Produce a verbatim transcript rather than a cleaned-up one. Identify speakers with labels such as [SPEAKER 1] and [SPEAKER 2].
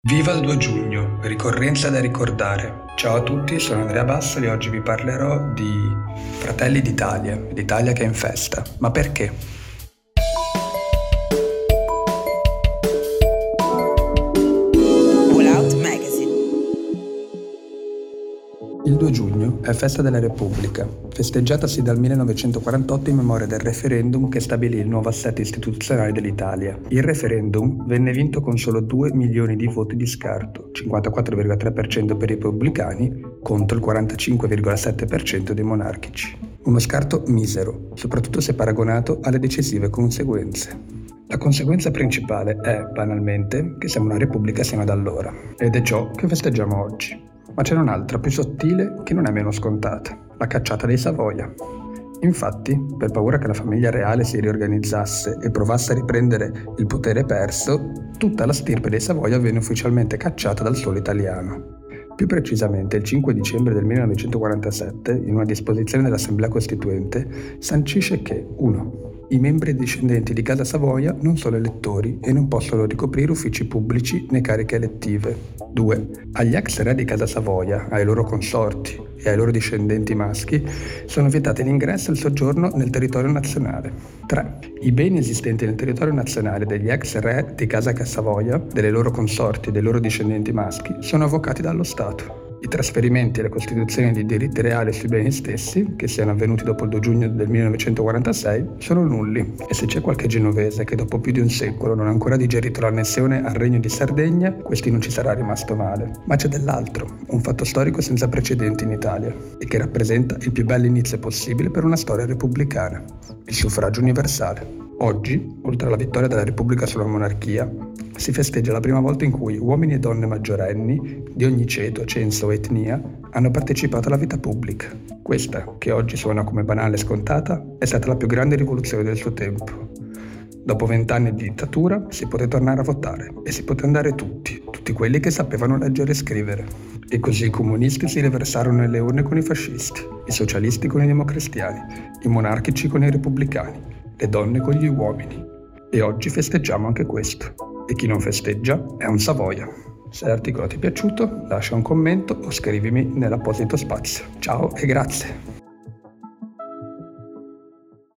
[SPEAKER 1] Viva il due giugno, ricorrenza da ricordare. Ciao a tutti, sono Andrea Bassoli e oggi vi parlerò di Fratelli d'Italia, l'Italia che è in festa. Ma perché? Il due giugno è festa della Repubblica, festeggiatasi dal millenovecentoquarantotto in memoria del referendum che stabilì il nuovo assetto istituzionale dell'Italia. Il referendum venne vinto con solo due milioni di voti di scarto, cinquantaquattro virgola tre per cento per i repubblicani contro il quarantacinque virgola sette per cento dei monarchici. Uno scarto misero, soprattutto se paragonato alle decisive conseguenze. La conseguenza principale è, banalmente, che siamo una repubblica sino ad allora, ed è ciò che festeggiamo oggi. Ma c'è un'altra più sottile che non è meno scontata, la cacciata dei Savoia. Infatti, per paura che la famiglia reale si riorganizzasse e provasse a riprendere il potere perso, tutta la stirpe dei Savoia venne ufficialmente cacciata dal suolo italiano. Più precisamente, il cinque dicembre del millenovecentoquarantasette, in una disposizione dell'Assemblea Costituente, sancisce che uno I membri discendenti di Casa Savoia non sono elettori e non possono ricoprire uffici pubblici né cariche elettive. due Agli ex re di Casa Savoia, ai loro consorti e ai loro discendenti maschi sono vietati l'ingresso e il soggiorno nel territorio nazionale. tre I beni esistenti nel territorio nazionale degli ex re di Casa Savoia, delle loro consorti e dei loro discendenti maschi sono avvocati dallo Stato. I trasferimenti e le costituzioni di diritti reali sui beni stessi, che siano avvenuti dopo il due giugno del millenovecentoquarantasei, sono nulli. E se c'è qualche genovese che dopo più di un secolo non ha ancora digerito l'annessione al Regno di Sardegna, questi non ci sarà rimasto male. Ma c'è dell'altro, un fatto storico senza precedenti in Italia, e che rappresenta il più bello inizio possibile per una storia repubblicana: il suffragio universale. Oggi, oltre alla vittoria della Repubblica sulla monarchia, si festeggia la prima volta in cui uomini e donne maggiorenni, di ogni ceto, censo o etnia, hanno partecipato alla vita pubblica. Questa, che oggi suona come banale e scontata, è stata la più grande rivoluzione del suo tempo. Dopo vent'anni di dittatura si poté tornare a votare e si poté andare tutti, tutti quelli che sapevano leggere e scrivere. E così i comunisti si riversarono nelle urne con i fascisti, i socialisti con i democristiani, i monarchici con i repubblicani, le donne con gli uomini. E oggi festeggiamo anche questo. E chi non festeggia è un Savoia. Se l'articolo ti è piaciuto, lascia un commento o scrivimi nell'apposito spazio. Ciao e grazie!